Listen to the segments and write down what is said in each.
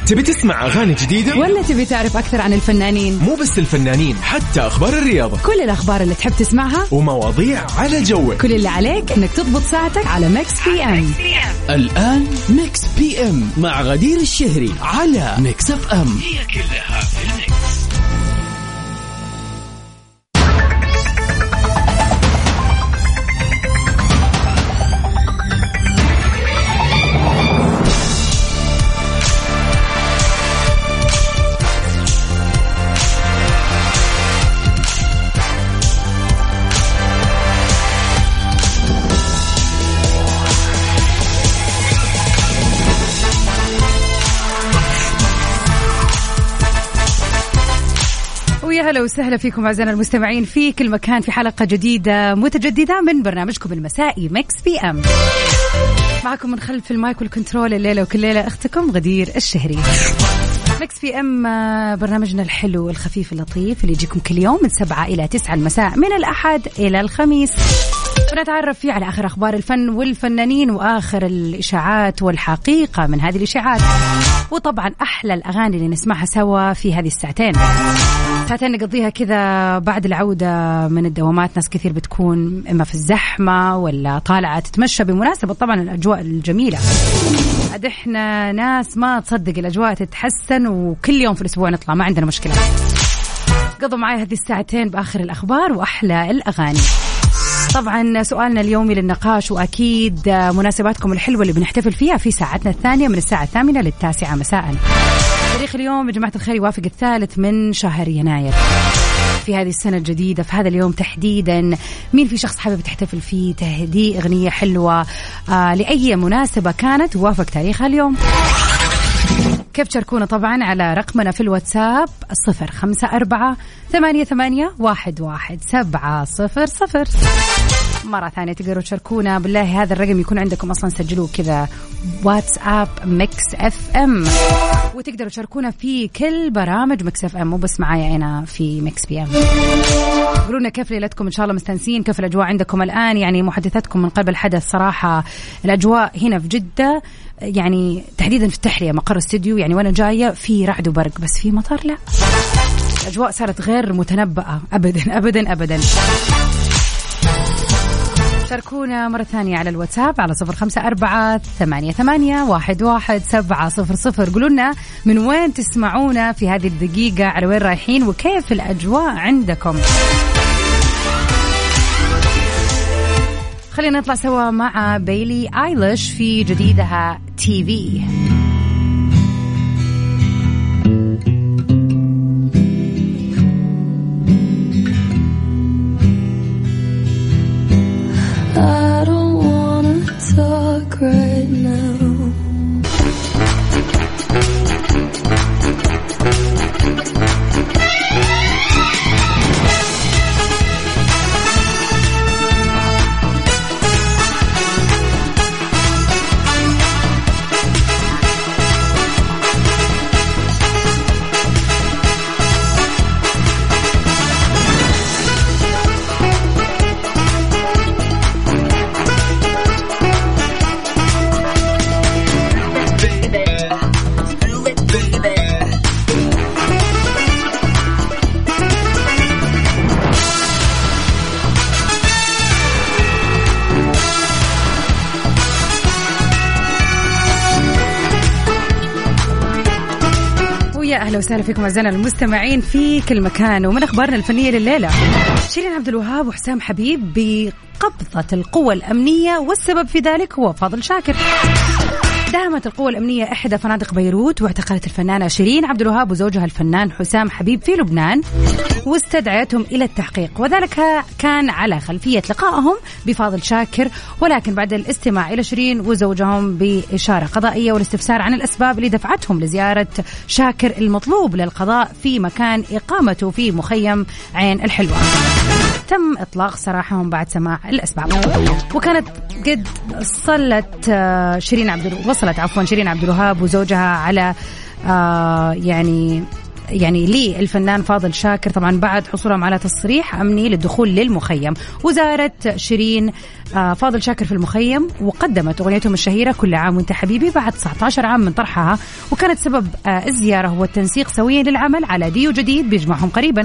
تبي تسمع أغاني جديدة ولا تبي تعرف أكثر عن الفنانين؟ مو بس الفنانين، حتى أخبار الرياضة، كل الأخبار اللي تحب تسمعها ومواضيع على جوك. كل اللي عليك إنك تضبط ساعتك على ميكس بي ام. الآن ميكس بي ام مع غدير الشهري على ميكس اف ام. هي كلها في الميكس. هلا وسهلا فيكم أعزائنا المستمعين في كل مكان في حلقة جديدة متجددة من برنامجكم المسائي ميكس بي ام. معكم من خلف المايك والكنترول الليلة وكل ليلة أختكم غدير الشهري. ميكس بي ام برنامجنا الحلو الخفيف اللطيف اللي يجيكم كل يوم من 7 إلى 9 المساء من الأحد إلى الخميس، ونتعرف فيه على آخر أخبار الفن والفنانين وآخر الإشاعات والحقيقة من هذه الإشاعات، وطبعا أحلى الأغاني اللي نسمعها سوا في هذه الساعتين نقضيها كذا بعد العودة من الدوامات. ناس كثير بتكون إما في الزحمة ولا طالعة تتمشى بمناسبة طبعا الأجواء الجميلة. عاد إحنا ناس ما تصدق الأجواء تتحسن وكل يوم في الأسبوع نطلع، ما عندنا مشكلة. قضوا معي هذه الساعتين بآخر الأخبار وأحلى الأغاني. طبعا سؤالنا اليومي للنقاش وأكيد مناسباتكم الحلوة اللي بنحتفل فيها في ساعتنا الثانية من الساعة 8 للتاسعة مساء. تاريخ اليوم يا جماعة الخير يوافق 3 من شهر يناير في هذه السنة الجديدة. في هذا اليوم تحديدا مين في شخص حابب تحتفل فيه تهدي أغنية حلوة لأي مناسبة كانت وافق تاريخها اليوم؟ كيف تشاركونا؟ طبعا على رقمنا في الواتساب 0548811700. مرة ثانية تقدروا تشاركونا بالله، هذا الرقم يكون عندكم أصلا سجلوه كذا واتساب ميكس اف ام، وتقدروا تشاركونا في كل برامج ميكس اف ام مو بس معايا أنا في ميكس بي ام. قولوا لنا كيف ليلتكم، إن شاء الله مستنسين، كيف الأجواء عندكم الآن؟ يعني محدثتكم من قبل الحدث صراحة الأجواء هنا في جدة يعني تحديدا في التحلية مقر استوديو، يعني وانا جاية في رعد وبرق بس في مطر لا، الأجواء صارت غير متنبأة أبدا أبدا أبدا. شاركونا مرة ثانية على الواتساب على 0548811700. قولوا لنا من وين تسمعونا في هذه الدقيقة، على وين رايحين وكيف الأجواء عندكم. خلينا نطلع سوا مع بيلي آيليش في جديدها تي في. I don't wanna talk right now. أهلا وسهلا فيكم أعزائنا المستمعين في كل مكان. ومن أخبارنا الفنية لليلة، شيرين عبد الوهاب وحسام حبيب بقبضة القوى الأمنية، والسبب في ذلك هو فاضل شاكر. دامت القوى الأمنية إحدى فنادق بيروت واعتقلت الفنانة شيرين عبد الوهاب وزوجها الفنان حسام حبيب في لبنان، واستدعتهم إلى التحقيق، وذلك كان على خلفية لقائهم بفاضل شاكر. ولكن بعد الاستماع إلى شيرين وزوجهم بإشارة قضائية والاستفسار عن الأسباب اللي دفعتهم لزيارة شاكر المطلوب للقضاء في مكان إقامته في مخيم عين الحلوة، تم إطلاق سراحهم بعد سماع الأسباب. وكانت قد وصلت شيرين عبد الوهاب وزوجها على يعني يعني للفنان فاضل شاكر طبعا بعد حصولهم على تصريح أمني للدخول للمخيم. وزارت شيرين فاضل شاكر في المخيم وقدمت أغنيتهم الشهيرة كل عام وانت حبيبي بعد 19 عام من طرحها، وكانت سبب الزيارة هو التنسيق سويا للعمل على ديو جديد بيجمعهم قريبا.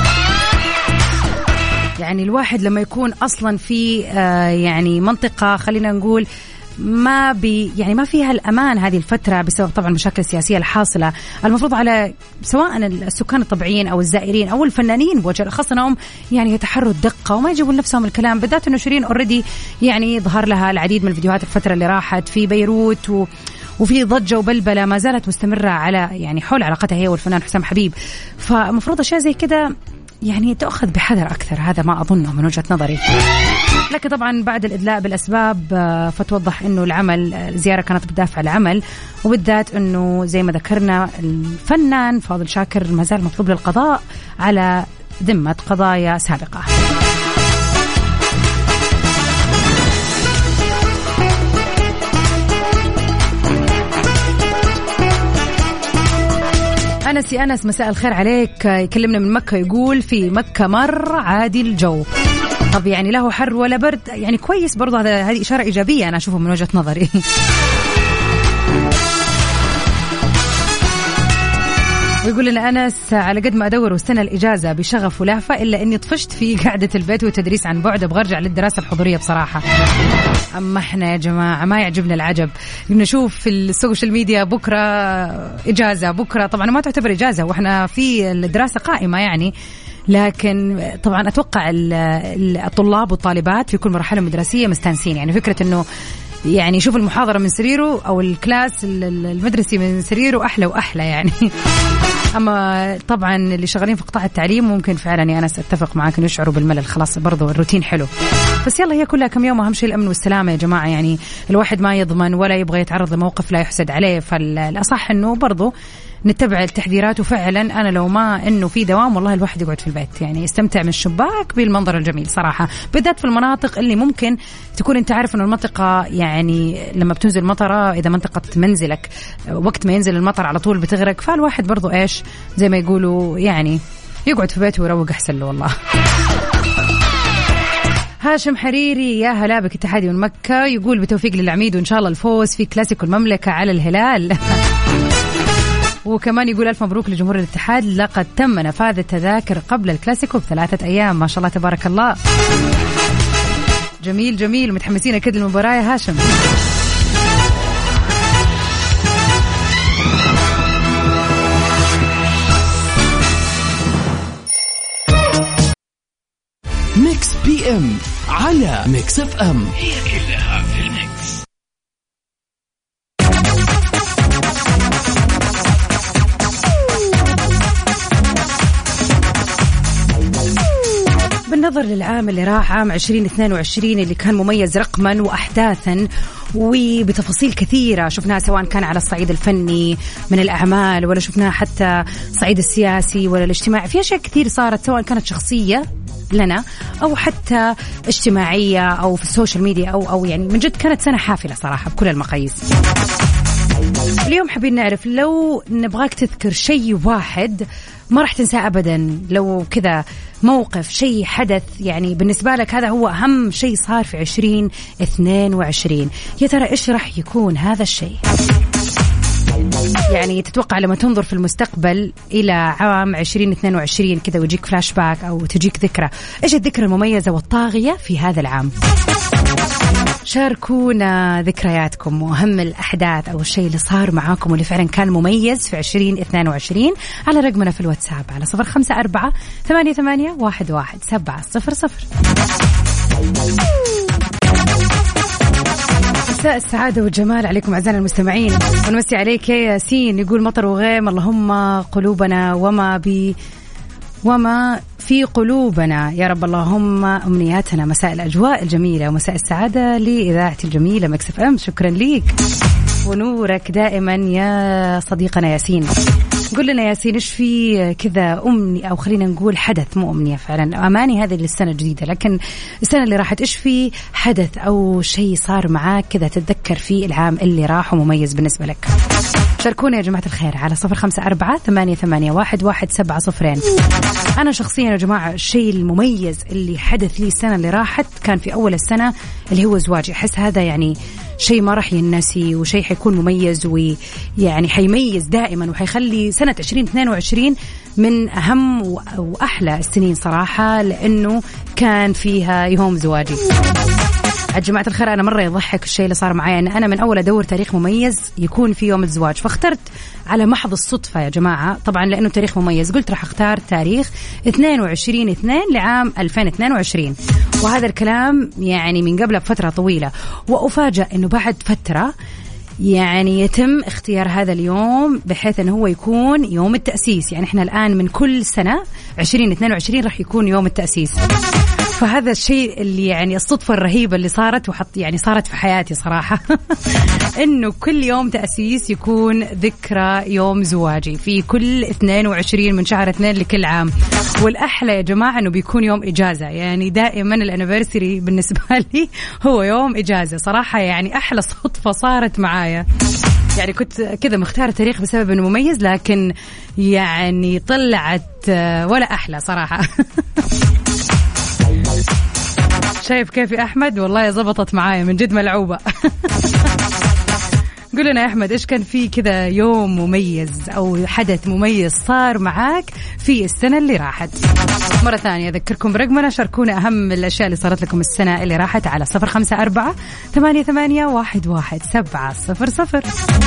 يعني الواحد لما يكون أصلا في يعني منطقة خلينا نقول ما يعني فيها الأمان هذه الفترة بسبب طبعا المشاكل السياسية الحاصلة، المفروض على سواء السكان الطبيعيين أو الزائرين أو الفنانين بوجه الأخص أنهم يعني يتحروا الدقة وما يجيبوا لنفسهم الكلام، بالذات أنه شيرين أوريدي يعني ظهر لها العديد من الفيديوهات الفترة اللي راحت في بيروت وفي ضجة وبلبلة ما زالت مستمرة على يعني حول علاقتها هي والفنان حسام حبيب، فمفروض أشياء زي كده يعني تأخذ بحذر أكثر، هذا ما أظنه من وجهة نظري. لكن طبعا بعد الإدلاء بالأسباب فتوضح أنه العمل الزيارة كانت بدافع العمل، وبالذات أنه زي ما ذكرنا الفنان فاضل شاكر ما زال مطلوب للقضاء على ذمة قضايا سابقة. أنس مساء الخير عليك، يكلمنا من مكة يقول في مكة مر عادي الجو. طب يعني له حر ولا برد؟ يعني كويس برضو، هذه إشارة إيجابية أنا أشوفها من وجهة نظري. ويقول لنا أنس على قد ما أدور واستنى الإجازة بشغف ولهفة إلا أني طفشت في قعدة البيت والتدريس عن بعد، أبغى أرجع للدراسة الحضورية بصراحة. أما إحنا يا جماعة ما يعجبنا العجب، نشوف في السوشيال ميديا بكرة إجازة، بكرة طبعا ما تعتبر إجازة وإحنا في الدراسة قائمة يعني، لكن طبعا أتوقع الطلاب والطالبات في كل مراحلهم الدراسية مستانسين، يعني فكرة أنه يعني يشوف المحاضرة من سريره أو الكلاس المدرسي من سريره أحلى وأحلى يعني. أما طبعا اللي شغالين في قطاع التعليم ممكن فعلا أنا أتفق معاك إنه يشعروا بالملل، خلاص برضو الروتين حلو، بس يلا هي كلها كم يوم، أهم شيء الأمن والسلامة يا جماعة، يعني الواحد ما يضمن ولا يبغى يتعرض لموقف لا يحسد عليه، فالأصح إنه برضو نتبع التحذيرات. وفعلا أنا لو ما إنه في دوام والله الواحد يقعد في البيت يعني يستمتع من الشباك بالمنظر الجميل صراحة، بالذات في المناطق اللي ممكن تكون أنت عارف إنه المنطقة يعني لما بتنزل مطرة، إذا منطقة منزلك وقت ما ينزل المطر على طول بتغرق، فالواحد برضو إيش زي ما يقولوا يعني يقعد في بيته ويروق أحسن له والله. هاشم حريري يا هلا بك اتحادي من مكة يقول بتوفيق للعميد وإن شاء الله الفوز في كلاسيكو المملكة على الهلال. وكمان يقول ألف مبروك لجمهور الاتحاد، لقد تم نفاذ التذاكر قبل الكلاسيكو ب3 أيام، ما شاء الله تبارك الله. جميل جميل، متحمسين أكيد المباراة يا هاشم. ميكس بي ام على ميكس اف ام، هي كلها في الميكس. بالنظر للعام اللي راح عام 2022 اللي كان مميز رقما وأحداثا وبتفاصيل كثيرة شفناها، سواء كان على الصعيد الفني من الأعمال ولا شفناها حتى الصعيد السياسي ولا الاجتماعي، في أشياء كثير صارت سواء كانت شخصية لنا أو حتى اجتماعية أو في السوشيال ميديا أو يعني من جد كانت سنة حافلة صراحة بكل المقاييس. اليوم حابين نعرف لو نبغاك تذكر شيء واحد ما راح تنساه أبدا، لو كذا موقف شيء حدث يعني بالنسبة لك هذا هو أهم شيء صار في 2022، يا ترى إيش راح يكون هذا الشيء؟ يعني تتوقع لما تنظر في المستقبل إلى عام 2022 كذا ويجيك فلاش باك أو تجيك ذكرى، إيش الذكرى المميزة والطاغية في هذا العام؟ شاركونا ذكرياتكم وأهم الأحداث أو الشيء اللي صار معاكم واللي فعلا كان مميز في 2022 على رقمنا في الواتساب على 0548811700. مساء السعادة والجمال عليكم أعزائنا المستمعين، ونمسي عليك يا ياسين يقول مطر وغيم، اللهم قلوبنا وما في قلوبنا يا رب، اللهم أمنياتنا. مساء الأجواء الجميلة ومساء السعادة لإذاعتي الجميلة ميكس اف ام، شكرا ليك ونورك دائما يا صديقنا ياسين. قل لنا ياسين إيش في كذا أمني أو خلينا نقول حدث، مو أمنية فعلا، أماني هذه للسنة الجديدة، لكن السنة اللي راحت إيش في حدث أو شيء صار معاك كذا تتذكر فيه العام اللي راح ومميز بالنسبة لك؟ شاركونا يا جماعة الخير على 0548811700. أنا شخصيا يا جماعة الشيء المميز اللي حدث لي السنة اللي راحت كان في أول السنة اللي هو زواجي. أحس هذا يعني شيء ما راح ينسي وشيء حيكون مميز ويعني حيميز دائما وحيخلي سنة 2022 من أهم وأحلى السنين صراحة، لأنه كان فيها يوم زواجي. يا جماعة الخير أنا مرة يضحك الشيء اللي صار معي، أن أنا من أول أدور تاريخ مميز يكون في يوم الزواج، فاخترت على محض الصدفة يا جماعة طبعا لأنه تاريخ مميز، قلت راح أختار تاريخ 22/2 لعام 2022، وهذا الكلام يعني من قبل بفترة طويلة. وأفاجأ أنه بعد فترة يعني يتم اختيار هذا اليوم بحيث أنه هو يكون يوم التأسيس. يعني إحنا الآن من كل سنة 2022 راح يكون يوم التأسيس. فهذا الشيء اللي يعني الصدفة الرهيبة اللي صارت يعني صارت في حياتي صراحة إنه كل يوم تأسيس يكون ذكرى يوم زواجي في كل 22 من شهر 2 لكل عام. والأحلى يا جماعة إنه بيكون يوم إجازة، يعني دائما الانيفرساري بالنسبة لي هو يوم إجازة صراحة. يعني أحلى صدفة صارت معايا، يعني كنت كذا مختار تاريخ بسبب إنه مميز، لكن يعني طلعت ولا أحلى صراحة. شايف كيف يا أحمد؟ والله زبطت معايا من جد ملعوبة. قول لنا يا أحمد إيش كان في كذا يوم مميز أو حدث مميز صار معاك في السنة اللي راحت. مرة ثانية أذكركم برقمنا، شاركونا أهم الأشياء اللي صارت لكم السنة اللي راحت على 0548811700.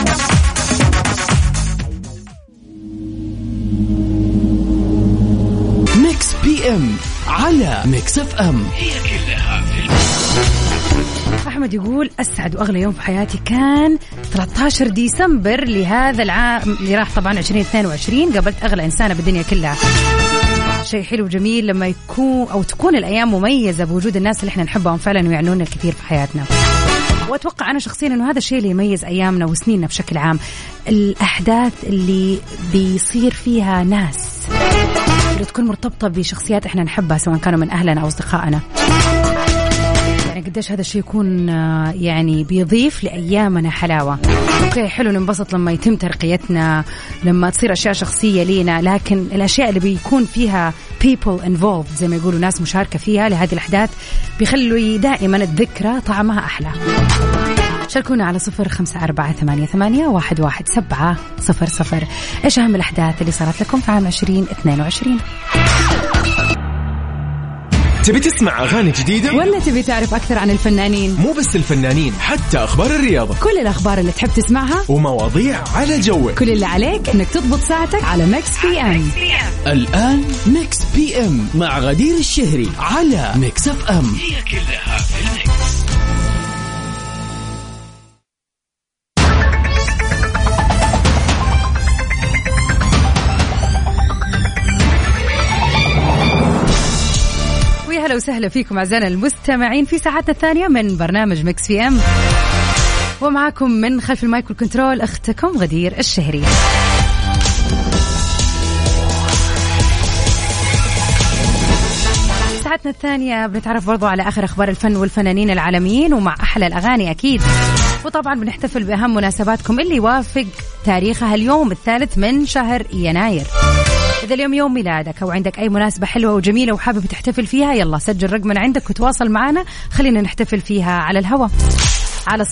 ميكس بي ام على ميكس اف ام. هي كلها في أحمد يقول أسعد وأغلى يوم في حياتي كان 13 ديسمبر لهذا العام اللي راح طبعا 2022. قابلت أغلى إنسانة بالدنيا كلها. شيء حلو جميل لما يكون أو تكون الأيام مميزة بوجود الناس اللي احنا نحبهم فعلا ويعنون الكثير في حياتنا. وأتوقع أنا شخصيا أنه هذا الشيء اللي يميز أيامنا وسنيننا بشكل عام، الأحداث اللي بيصير فيها ناس اللي تكون مرتبطة بشخصيات احنا نحبها سواء كانوا من أهلنا أو أصدقائنا. يعني قديش هذا الشيء يكون يعني بيضيف لأيامنا حلاوة. أوكي حلو ننبسط لما يتم ترقيتنا، لما تصير أشياء شخصية لينا، لكن الأشياء اللي بيكون فيها people involved زي ما يقولوا ناس مشاركة فيها لهذه الأحداث بيخلوا دائما الذكرى طعمها أحلى. شاركونا على 0548811700. إيش أهم الأحداث اللي صارت لكم في عام 2022؟ تبي تسمع أغاني جديدة؟ ولا تبي تعرف أكثر عن الفنانين؟ مو بس الفنانين، حتى أخبار الرياضة، كل الأخبار اللي تحب تسمعها ومواضيع على جوك. كل اللي عليك إنك تضبط ساعتك على ميكس بي ام. الآن ميكس بي ام مع غدير الشهري على ميكس اف ام. هي كلها في الميكس. أهلا وسهلا فيكم أعزائنا المستمعين في ساعتنا الثانية من برنامج ميكس بي ام، ومعكم من خلف المايك والكنترول أختكم غدير الشهري. ساعتنا الثانية بنتعرف برضو على آخر أخبار الفن والفنانين العالميين ومع أحلى الأغاني أكيد، وطبعا بنحتفل بأهم مناسباتكم اللي يوافق تاريخها اليوم 3 من شهر يناير. إذا اليوم يوم ميلادك أو عندك أي مناسبة حلوة وجميلة وحابب تحتفل فيها، يلا سجل رقمنا عندك وتواصل معنا، خلينا نحتفل فيها على الهواء على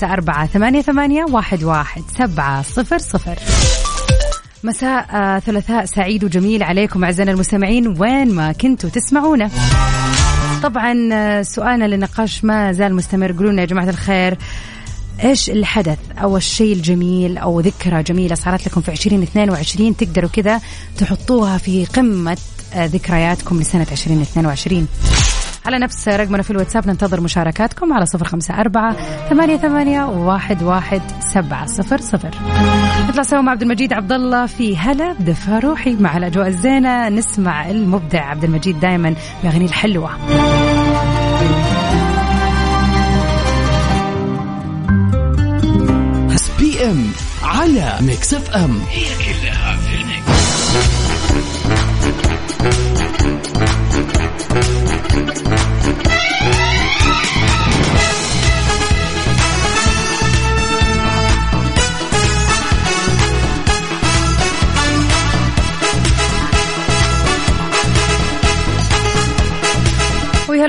0548811700. مساء ثلاثاء سعيد وجميل عليكم أعزائنا المستمعين وين ما كنتوا تسمعونا. طبعا سؤالنا للنقاش ما زال مستمر. قولوا لنا يا جماعة الخير إيش الحدث أو الشيء الجميل أو ذكرى جميلة صارت لكم في 2022 تقدروا كذا تحطوها في قمة ذكرياتكم لسنة 2022. على نفس رقمنا في الواتساب ننتظر مشاركاتكم على 0548811700. نطلع سوا مع عبد المجيد عبد الله في هلا بدفى روحي مع الأجواء الزينة. نسمع المبدع عبد المجيد دائما بأغاني الحلوة. بي ام على ميكس اف ام. هي كلها في الميكس.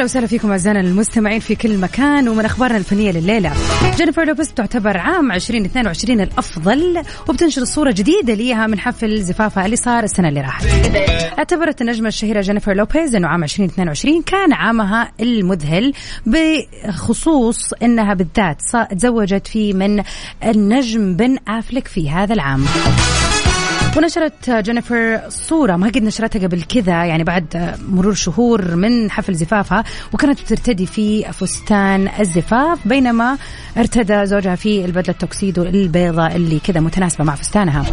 هلا وسهلا فيكم أعزائنا المستمعين في كل مكان. ومن أخبارنا الفنية لليلة، جينيفر لوبيز تعتبر عام 2022 الأفضل وبتنشر صورة جديدة ليها من حفل زفافها اللي صار السنة اللي راحت. اعتبرت النجمة الشهيرة جينيفر لوبيز أنه عام 2022 كان عامها المذهل، بخصوص أنها بالذات تزوجت فيه من النجم بن أفليك في هذا العام. ونشرت جينيفر صورة ما قد نشرتها قبل كذا، يعني بعد مرور شهور من حفل زفافها، وكانت بترتدي في فستان الزفاف بينما ارتدى زوجها في البدلة التوكسيدو البيضاء اللي كذا متناسبة مع فستانها.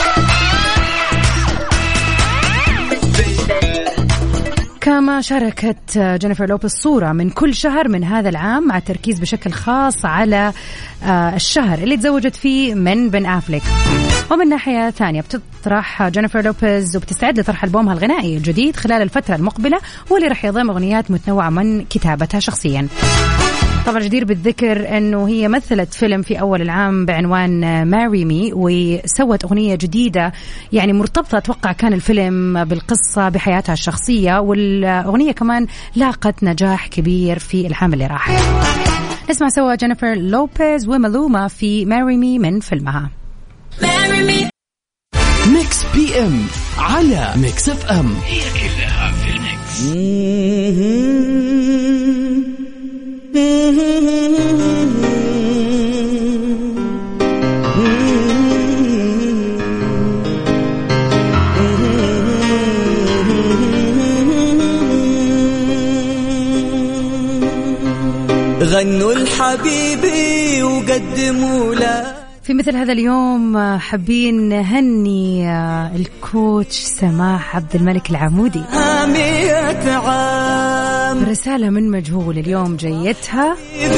كما شاركت جينيفر لوبيز صورة من كل شهر من هذا العام مع التركيز بشكل خاص على الشهر اللي تزوجت فيه من بن أفليك. ومن ناحية ثانية بتطرح جينيفر لوبيز وبتستعد لطرح ألبومها الغنائي الجديد خلال الفترة المقبلة، واللي رح يضم أغنيات متنوعة من كتابتها شخصيا. طبعا جدير بالذكر أنه هي مثلت فيلم في أول العام بعنوان ماري مي، وسوت أغنية جديدة يعني مرتبطة، أتوقع كان الفيلم بالقصة بحياتها الشخصية، والأغنية كمان لاقت نجاح كبير في العام اللي راح. نسمع سوا جينيفر لوبيز ومالوما في ماري مي من فيلمها ميكس بي ام على ميكس اف ام. هي كلها في الميكس. غنوا الحبيبي وقدموا له. في مثل هذا اليوم حابين نهني الكوتش سماح عبد الملك العمودي. رسالة من مجهول اليوم جيتها،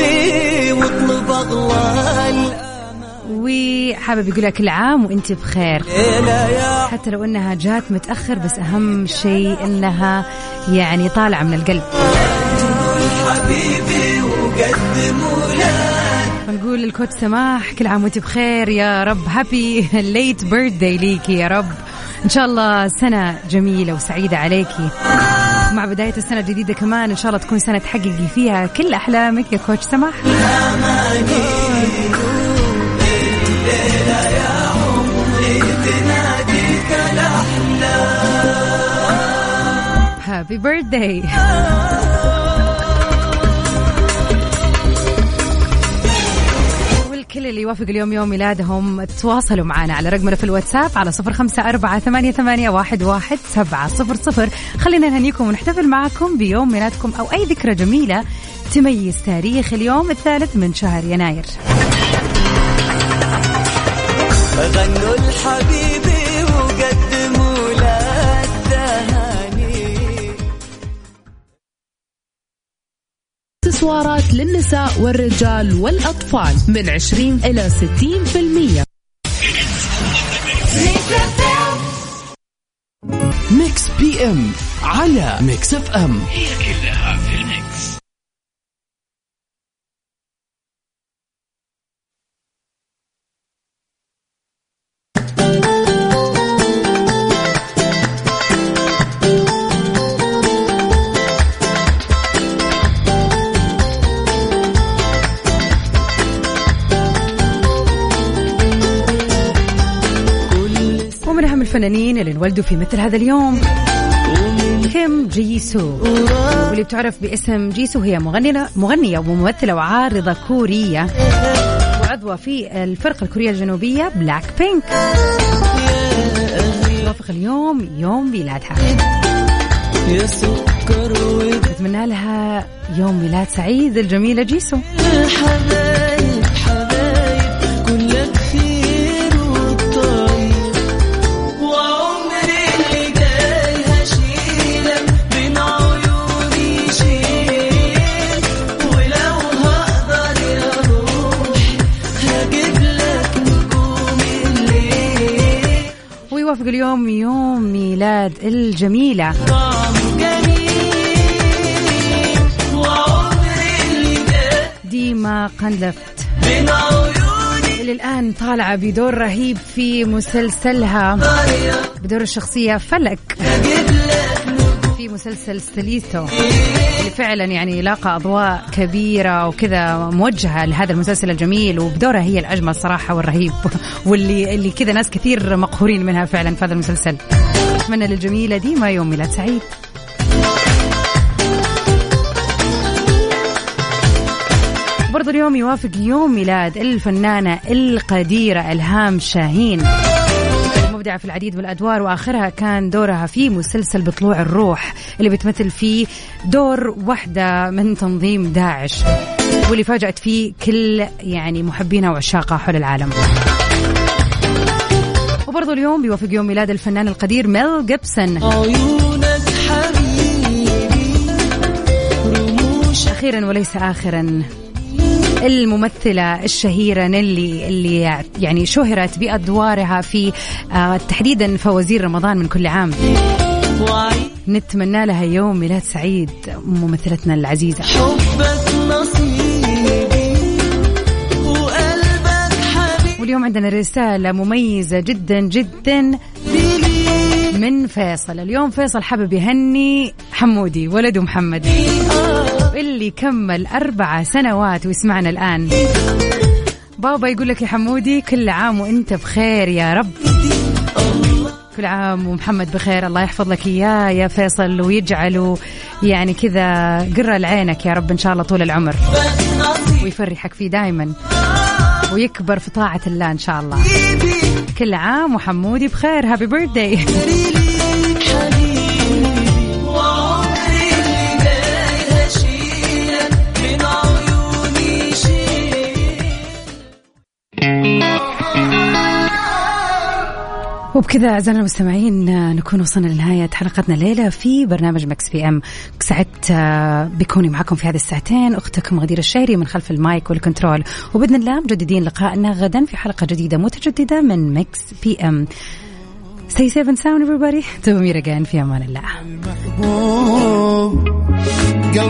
وحابب يقول لك كل عام وانت بخير، حتى لو انها جات متأخر، بس اهم شيء انها يعني طالعة من القلب. نقول للكوتش سماح كل عام وانت بخير يا رب، هابي ليت بيرثداي ليكي يا رب، ان شاء الله سنة جميلة وسعيدة عليكي، مع بداية السنة الجديدة كمان ان شاء الله تكون سنة تحققي فيها كل احلامك يا كوتش سماح. هابي بيرثداي. كل اللي يوافق اليوم يوم ميلادهم تواصلوا معنا على رقمنا في الواتساب على 0548811700. خلينا نهنيكم ونحتفل معكم بيوم ميلادكم أو أي ذكرى جميلة تميز تاريخ اليوم 3 من شهر يناير. غنوا الحبيبي وقدموا له التهاني. اكسسوارات للنساء والرجال والأطفال من 20 إلى 60%. ميكس بي ام على ميكس اف ام. هي كلها في الميكس. الفنانين اللي انولدوا في مثل هذا اليوم كيم جيسو، واللي بتعرف باسم جيسو، هي مغنية وممثلة وعارضة كورية وعضوة في الفرقة الكورية الجنوبية بلاك بينك. وافق اليوم يوم ميلادها، نتمنى لها يوم ميلاد سعيد الجميلة جيسو. ويوافق اليوم يوم ميلاد الجميلة ديما قندلفت، اللي الآن طالعة بدور رهيب في مسلسلها بدور الشخصية فلك في مسلسل ستيليتو اللي فعلا يعني لاقى أضواء كبيرة وكذا موجهة لهذا المسلسل الجميل، وبدورها هي الأجمل صراحة والرهيب واللي كذا ناس كثير مقهورين منها فعلا في هذا المسلسل. أتمنى للجميلة دي ما يوم ميلاد سعيد. برضو اليوم يوافق يوم ميلاد الفنانة القديرة إلهام شاهين، مبدعة في العديد من الأدوار، وآخرها كان دورها في مسلسل بطلوع الروح اللي بتمثل فيه دور واحدة من تنظيم داعش، واللي فاجأت فيه كل يعني محبينها وعشاقها حول العالم. وبرضو اليوم بيوافق يوم ميلاد الفنان القدير ميل جيبسون. أخيرا وليس آخرا الممثلة الشهيرة نيلي اللي يعني شهرت بأدوارها في تحديدا فوازير رمضان من كل عام. نتمنى لها يوم ميلاد سعيد ممثلتنا العزيزة. واليوم عندنا رسالة مميزة جدا جدا من فيصل. اليوم فيصل حابب يهني حمودي ولده محمد اللي كمل 4 سنوات ويسمعنا الآن. بابا يقول لك يا حمودي كل عام وانت بخير يا رب، كل عام ومحمد بخير. الله يحفظ لك إياه يا فيصل ويجعله يعني كذا قرة لعينك يا رب إن شاء الله طول العمر، ويفرحك فيه دائما ويكبر في طاعة الله إن شاء الله. كل عام وحمودي بخير. هابي بيرثداي. وبكذا أعزائنا المستمعين نكون وصلنا لنهاية حلقتنا الليلة في برنامج مكس بي ام. سعدت بكوني معكم في هذه الساعتين، أختكم غدير الشهري من خلف المايك والكنترول، وبإذن الله مجددين لقائنا غدا في حلقة جديدة متجددة من مكس بي ام. Stay safe and sound everybody. تومي رجان في أمان الله.